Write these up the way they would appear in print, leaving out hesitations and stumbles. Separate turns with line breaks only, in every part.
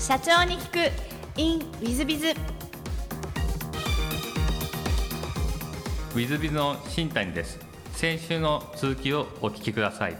社長に聞く in ウィズビズ。
ウィズビズの新谷です。先週の続きをお聞きください。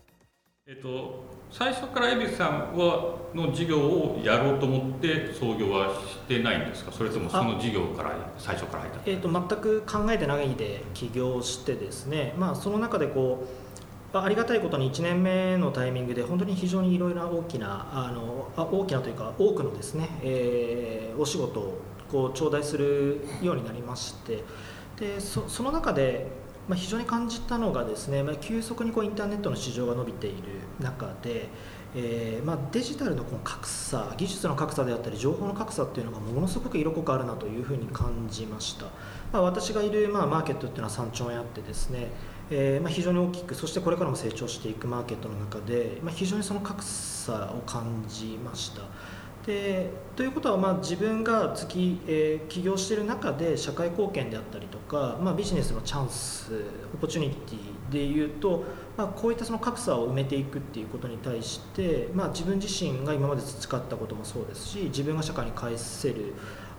最初から恵比寿さんの事業をやろうと思って創業はしてないんですか？それともその事業から最初から入った？
全く考えてないで起業してですね、その中でありがたいことに1年目のタイミングで本当に非常にいろいろな大きなというか多くのですね、お仕事を頂戴するようになりまして、でその中で非常に感じたのがですね、急速にインターネットの市場が伸びている中で、デジタルの格差、技術の格差であったり情報の格差っていうのがものすごく色濃くあるなというふうに感じました。私がいるマーケットっていうのは3兆円あってですね、非常に大きく、そしてこれからも成長していくマーケットの中で、非常にその格差を感じました。ということは自分が起業している中で社会貢献であったりとか、ビジネスのチャンス、オポチュニティでいうと、こういったその格差を埋めていくっていうことに対して、自分自身が今まで培ったこともそうですし、自分が社会に返せる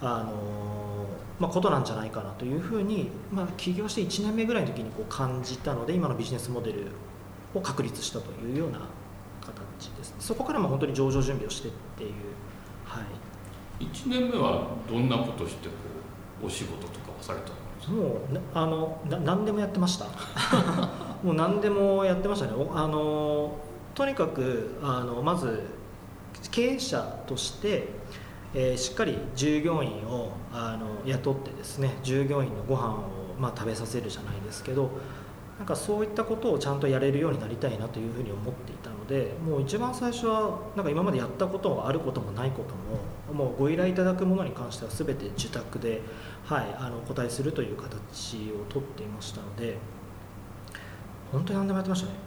ことなんじゃないかなというふうに、起業して1年目ぐらいの時に感じたので、今のビジネスモデルを確立したというような形です。そこからも本当に上場準備をしてっていう。
1年目はどんなことしてお仕事とかはされたんですか？
もう何でもやってましたもう何でもやってましたね。とにかくまず経営者として、しっかり従業員を雇ってですね、従業員のご飯を食べさせるじゃないですけど、そういったことをちゃんとやれるようになりたいなというふうに思っていたので、もう一番最初は今までやったことがあることもないことも、もうご依頼いただくものに関しては全て受託で、お答えするという形をとっていましたので、本当に何でもやってましたね。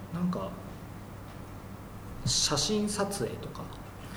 写真撮影とか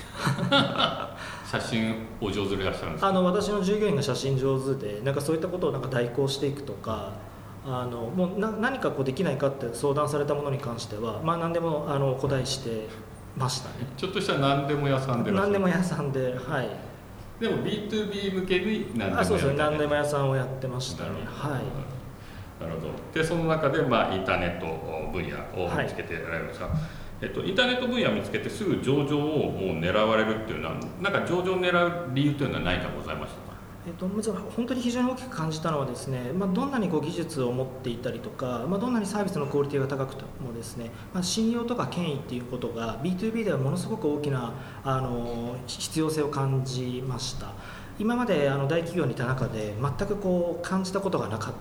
写真お上手でいらっしゃるんですか？
私の従業員が写真上手で、そういったことを代行していくとか、もう何かできないかって相談されたものに関しては、何でもお答えしてましたね。
ちょっとした何でも屋さんで
何でも屋さんで、
でも B2B 向けに何でも屋さん、
そうですね、何でも屋さんをやってましたね。
なるほど。でその中でインターネット分野を見つけてやられるんですが、インターネット分野を見つけてすぐ上場をもう狙われるっていうのは、上場を狙う理由というのは何かございましたか？
本当に非常に大きく感じたのはですね、どんなに技術を持っていたりとか、どんなにサービスのクオリティが高くてもですね、信用とか権威っていうことが B2B ではものすごく大きな必要性を感じました。今まで大企業にいた中で全く感じたことがなかった、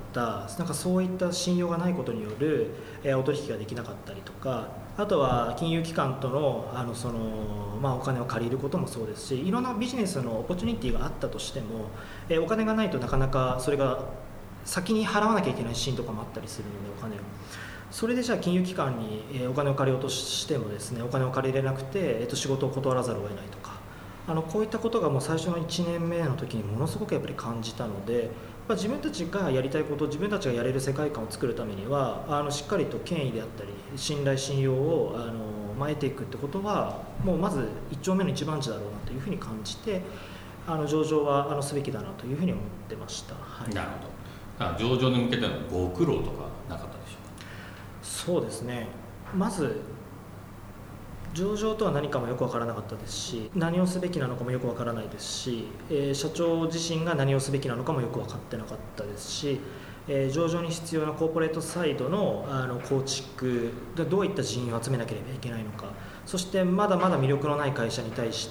そういった信用がないことによるお取引ができなかったりとか、あとは金融機関とのお金を借りることもそうですし、いろんなビジネスのオポチュニティがあったとしても、お金がないとなかなかそれが先に払わなきゃいけないシーンとかもあったりするので、お金をそれでじゃあ金融機関にお金を借りようとしてもですね、お金を借りれなくて、仕事を断らざるを得ないとか、こういったことがもう最初の1年目の時にものすごくやっぱり感じたので、自分たちがやりたいこと、自分たちがやれる世界観を作るためにはしっかりと権威であったり信頼信用を得ていくってことは、もうまず1丁目の一番地だろうなというふうに感じて、上場はすべきだなというふうに思ってました。
なるほど。上場に向けてのご苦労とかなかったでしょうか？
そうですね、まず上場とは何かもよく分からなかったですし、何をすべきなのかもよく分からないですし、社長自身が何をすべきなのかもよく分かってなかったですし、上場に必要なコーポレートサイドの構築でどういった人員を集めなければいけないのか、そしてまだまだ魅力のない会社に対して、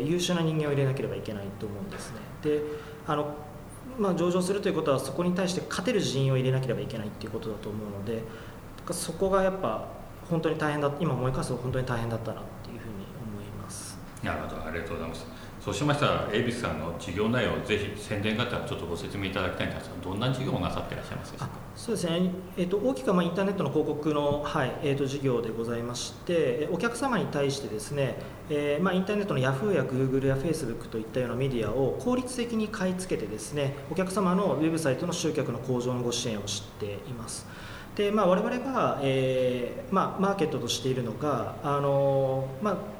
優秀な人間を入れなければいけないと思うんですね。で上場するということはそこに対して勝てる人員を入れなければいけないということだと思うので、そこがやっぱ本当に大変だ、今思い返すと本当に大変だったなっていうふうに思います。
なるほど、ありがとうございます。そうしましたら恵比寿さんの事業内容をぜひ宣伝方ちょっとご説明いただきたいんですが、どんな事業をなさっていらっしゃいますでしょうか？
そうですね、大きくはインターネットの広告の、事業でございまして、お客様に対してですね、インターネットの Yahoo や Google や Facebook といったようなメディアを効率的に買い付けてですね、お客様のウェブサイトの集客の向上のご支援をしています。で我々が、マーケットとしているのが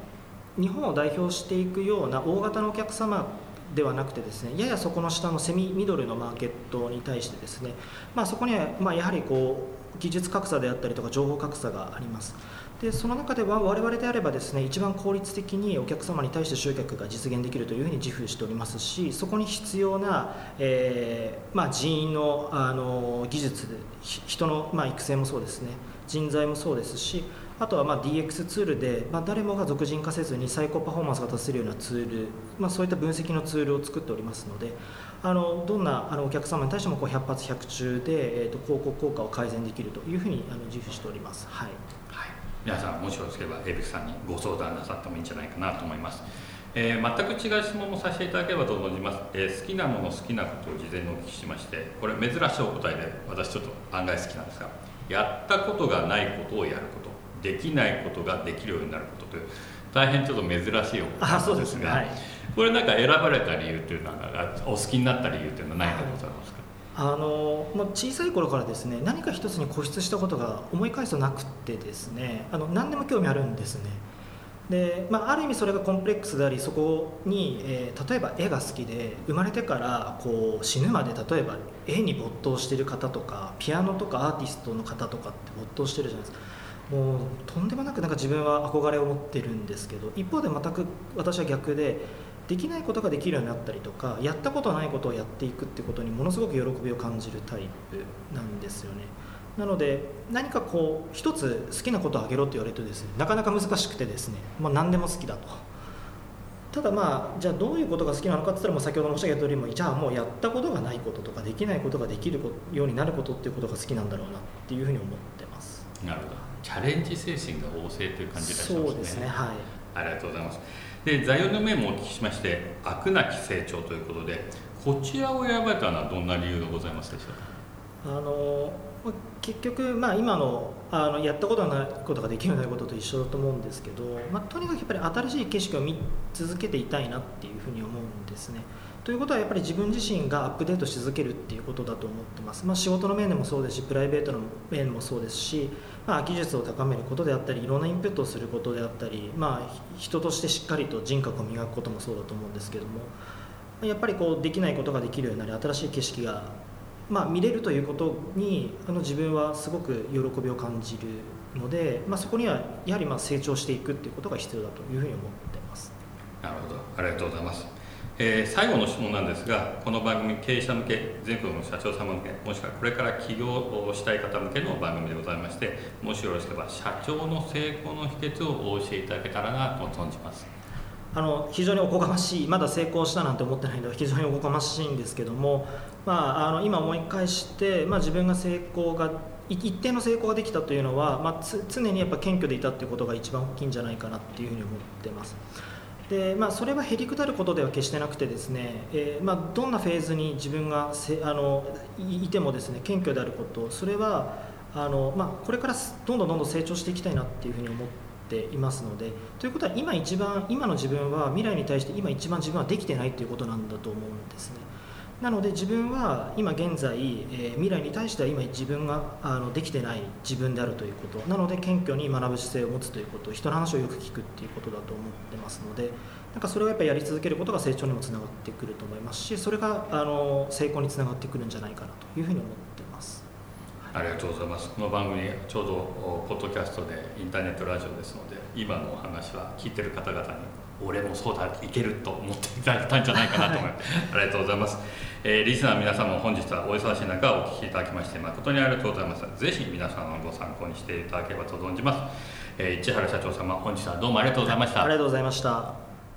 日本を代表していくような大型のお客様ではなくてですね、ややそこの下のセミミドルのマーケットに対してですね、そこにはやはり技術格差であったりとか情報格差があります。でその中では我々であればですね、一番効率的にお客様に対して集客が実現できるというふうに自負しておりますし、そこに必要な、人員の、技術、人の、育成もそうですね、人材もそうですし、あとはDX ツールで、誰もが属人化せずに最高パフォーマンスが出せるようなツール、そういった分析のツールを作っておりますので、どんなお客様に対しても100発100中で、広告効果を改善できるというふうに自負しております。はい
はい、皆さんもしよろしければエビクさんにご相談なさってもいいんじゃないかなと思います。全く違う質問もさせていただければと思います。好きなもの好きなことを事前にお聞きしまして、これ珍しいお答えで私ちょっと案外好きなんですが、やったことがないことをやること、できないことができるようになることという大変ちょっと珍しいお答えなんですが、これなんか選ばれた理由というのは、お好きになった理由というのは何でございますか？
小さい頃からですね、何か一つに固執したことが思い返すとなくてですね、何でも興味あるんですね。で、ある意味それがコンプレックスであり、そこに、例えば絵が好きで生まれてから死ぬまで例えば絵に没頭している方とか、ピアノとかアーティストの方とかって没頭してるじゃないですか。もうとんでもなく自分は憧れを持ってるんですけど、一方で全く私は逆で、できないことができるようになったりとか、やったことないことをやっていくってことにものすごく喜びを感じるタイプなんですよね。なので何か一つ好きなことをあげろって言われるとですね、なかなか難しくてですね、何でも好きだと。ただじゃあどういうことが好きなのかって言ったら、先ほど申し上げた通り、じゃあもうやったことがないこととかできないことができるようになることっていうことが好きなんだろうなっていうふうに思ってます。
なるほど。チャレンジ精神が旺盛という感じがしますね。
そうですね、はい。
ありがとうございます。で、座右の銘もお聞きしまして、飽くなき成長ということで、こちらを選ばれたのはどんな理由でございますでしょうか？
結局、今のやったことないことができるようになることと一緒だと思うんですけど、とにかくやっぱり新しい景色を見続けていたいなっていうふうに思うんですね。ということはやっぱり自分自身がアップデートし続けるっていうことだと思ってます。仕事の面でもそうですし、プライベートの面もそうですし、技術を高めることであったり、いろんなインプットをすることであったり、人としてしっかりと人格を磨くこともそうだと思うんですけども、やっぱりできないことができるようになり、新しい景色が見れるということに自分はすごく喜びを感じるので、そこにはやはり成長していくっていうことが必要だというふうに思っています。
なるほど、ありがとうございます。最後の質問なんですが、この番組経営者向け、全国の社長様向け、もしくはこれから起業をしたい方向けの番組でございまして、もしよろしければ社長の成功の秘訣をお教えいただけたらなと存じます。
非常におこがましい、まだ成功したなんて思ってないので非常におこがましいんですけども、今思い返して、自分が一定の成功ができたというのは、常にやっぱ謙虚でいたということが一番大きいんじゃないかなっていうふうに思ってます。でそれはへりくだることでは決してなくてですね、どんなフェーズに自分がいてもですね、謙虚であること、それはこれからどんどん成長していきたいなっていうふうに思っていますので、ということは今の自分は未来に対して今一番自分はできてないということなんだと思うんですね。なので自分は今現在、未来に対しては今自分ができてない自分であるということなので、謙虚に学ぶ姿勢を持つということ、人の話をよく聞くっていうことだと思ってますので、それをやっぱりやり続けることが成長にもつながってくると思いますし、それが成功につながってくるんじゃないかなというふうに思ってます。
ありがとうございます。この番組ちょうどポッドキャストでインターネットラジオですので、今のお話は聞いてる方々に俺もそうだいけると思っていただいたんじゃないかなと思いますありがとうございます。リスナーの皆さんも本日はお忙しい中お聞きいただきまして誠にありがとうございます。ぜひ皆さんのご参考にしていただければと存じます。市原社長様、本日はどうもありがとうございました。
ありがとうございました。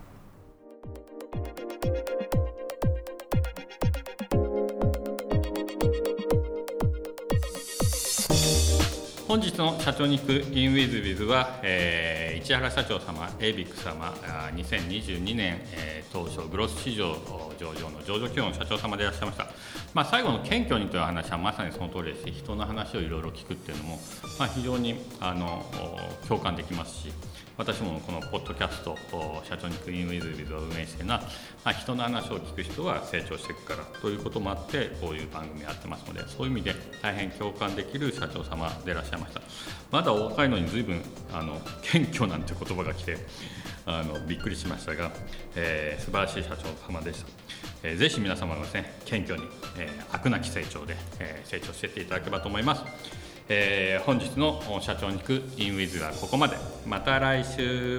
本日の社長に行く in with biz は、市原社長様、エイビック様、2022年、当初グロス市場上場の上場企業の社長様でいらっしゃいました。最後の謙虚にという話はまさにその通りですし、人の話をいろいろ聞くっていうのも、非常に共感できますし、私もこのポッドキャスト社長に行く in with biz を運営しているのは、人の話を聞く人は成長していくからということもあってこういう番組をやってますので、そういう意味で大変共感できる社長様でいらっしゃいました。まだお若いのに随分謙虚なんて言葉が来てびっくりしましたが、素晴らしい社長様でした。ぜひ皆様がですね、謙虚に、飽くなき成長で、成長していっていただければと思います。本日の社長に聞く InWiz はここまで。また来週。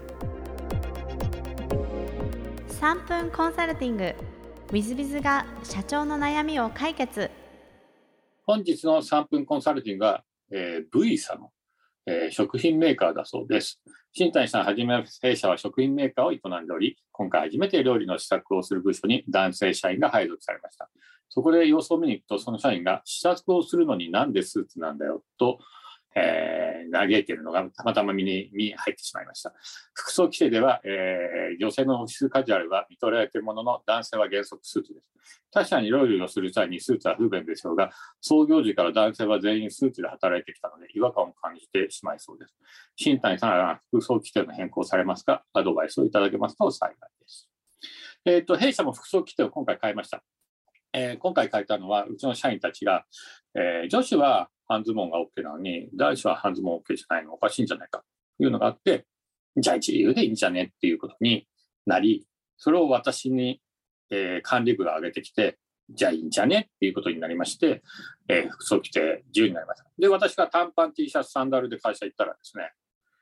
3分コンサルティング WithBiz が社長の悩みを解決。
本日の3分コンサルティングは、V 社の、食品メーカーだそうです。新谷さんはじめ弊社は食品メーカーを営んでおり、今回初めて料理の試作をする部署に男性社員が配属されました。そこで様子を見に行くと、その社員が試作をするのになんでスーツなんだよと、嘆いているのがたまたま身に入ってしまいました。服装規定では、女性のオフィスカジュアルは認められているものの、男性は原則スーツです。確かに料理をする際にスーツは不便でしょうが、創業時から男性は全員スーツで働いてきたので違和感を感じてしまいそうです。新谷さんは服装規定の変更されますか？アドバイスをいただけますと幸いです。弊社も服装規定を今回変えました。今回変えたのは、うちの社員たちが、女子は半ズボンが OK なのに、男子は半ズボン OK じゃないのおかしいんじゃないかというのがあって、じゃあ自由でいいんじゃねっていうことになり、それを私に、管理部が上げてきて、じゃあいいんじゃねっていうことになりまして、服装規定自由になりました。で、私が短パン T シャツサンダルで会社行ったらですね、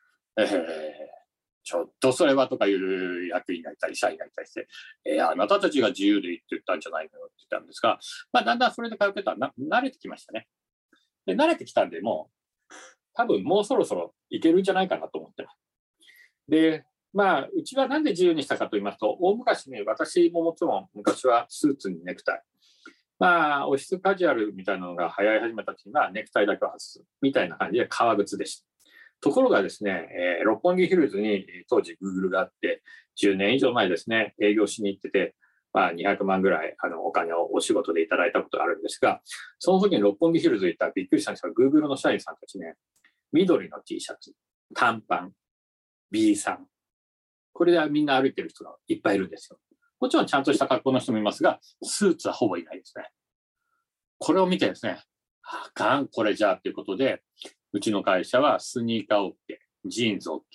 ちょっとそれはとかいう役員がいたり、社員がいたりして、あなたたちが自由でいいって言ったんじゃないのよって言ったんですが、だんだんそれで通ってたら慣れてきましたね。で、慣れてきたんで、もう、多分もうそろそろいけるんじゃないかなと思ってます。で、うちはなんで自由にしたかと言いますと、大昔ね、私ももちろん昔はスーツにネクタイ。オフィスカジュアルみたいなのが流行り始めた時にはネクタイだけを外すみたいな感じで革靴でした。ところがですね、六本木ヒルズに当時 Google があって、10年以上前ですね、営業しに行ってて、200万ぐらいお金をお仕事でいただいたことがあるんですが、その時に六本木ヒルズ行ったらびっくりしたんですが、Google の社員さんたちね、緑の T シャツ、短パン、B さん、これでみんな歩いてる人がいっぱいいるんですよ。もちろんちゃんとした格好の人もいますが、スーツはほぼいないですね。これを見てですね、あかん、これじゃあということで、うちの会社はスニーカー OK、ジーンズ OK、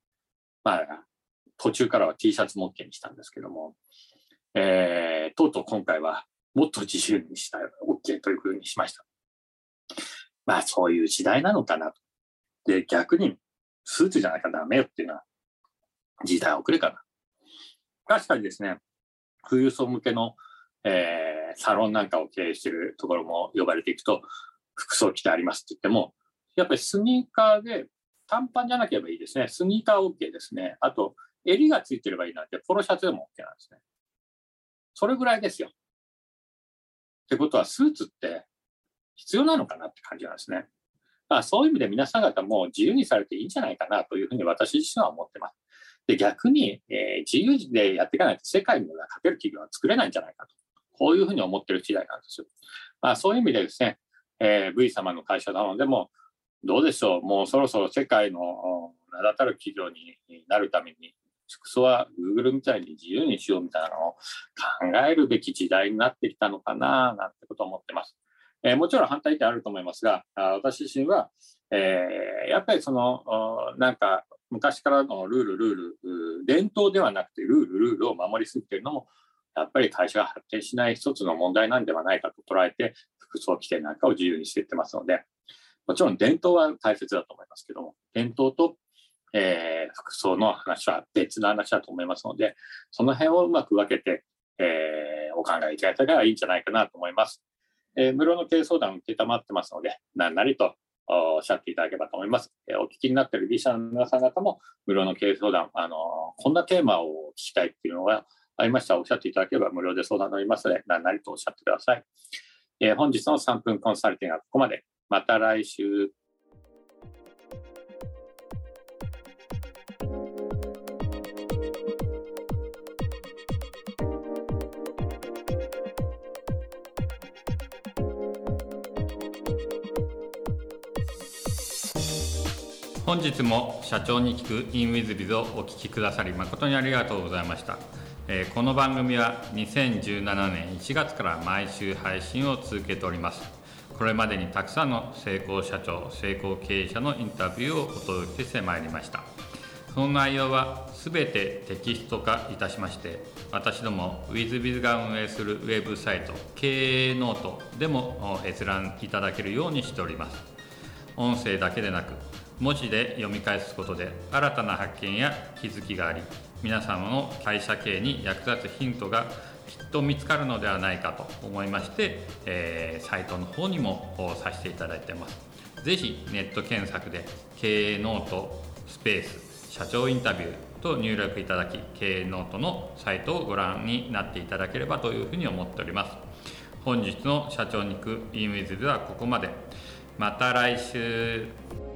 途中からは T シャツも OK にしたんですけども、とうとう今回はもっと自由にした OK というふうにしました。そういう時代なのかなと。で、逆にスーツじゃなきゃダメよっていうのは時代遅れかな。確かにですね、富裕層向けの、サロンなんかを経営しているところも呼ばれていくと、服装着てありますって言っても、やっぱりスニーカーで短パンじゃなければいいですね。スニーカー OK ですね。あと、襟がついてればいいなんて、ポロシャツでも OK なんですね。それぐらいですよ。ってことは、スーツって必要なのかなって感じなんですね。そういう意味で皆さん方も自由にされていいんじゃないかなというふうに私自身は思ってます。で、逆に、自由でやっていかないと世界に勝てる企業は作れないんじゃないかと。こういうふうに思ってる時代なんですよ。そういう意味でですね、V 様の会社なのでも、どうでしょう、もうそろそろ世界の名だたる企業になるために、服装は Google みたいに自由にしようみたいなのを考えるべき時代になってきたのかな、なんてことを思ってます。もちろん反対点あると思いますが、私自身は、やっぱり昔からのルール、伝統ではなくてルールを守りすぎているのも、やっぱり会社が発展しない一つの問題なんではないかと捉えて、服装規定なんかを自由にしていってますので、もちろん伝統は大切だと思いますけども、伝統と、服装の話は別の話だと思いますので、その辺をうまく分けて、お考えいただいたらいいんじゃないかなと思います。無料の経営相談を承ってますので、何なりとおっしゃっていただければと思います。お聞きになっているリスナーの皆さん方も、無料の経営相談、こんなテーマを聞きたいっていうのがありましたらおっしゃっていただければ無料で相談乗りますので、何なりとおっしゃってください。本日の3分コンサルティングはここまで。また来週。
本日も社長に聞く InWiz をお聞きくださり誠にありがとうございました。この番組は2017年1月から毎週配信を続けております。これまでにたくさんの成功社長、成功経営者のインタビューをお届けしてまいりました。 その内容はすべてテキスト化いたしまして、私ども WithBiz が運営するウェブサイト経営ノートでも閲覧いただけるようにしております。音声だけでなく文字で読み返すことで新たな発見や気づきがあり、皆様の会社経営に役立つヒントがきっと見つかるのではないかと思いまして、サイトの方にもさせていただいています。ぜひネット検索で経営ノートスペース社長インタビューと入力いただき、経営ノートのサイトをご覧になっていただければというふうに思っております。本日の社長に行く inWith ではここまで。また来週。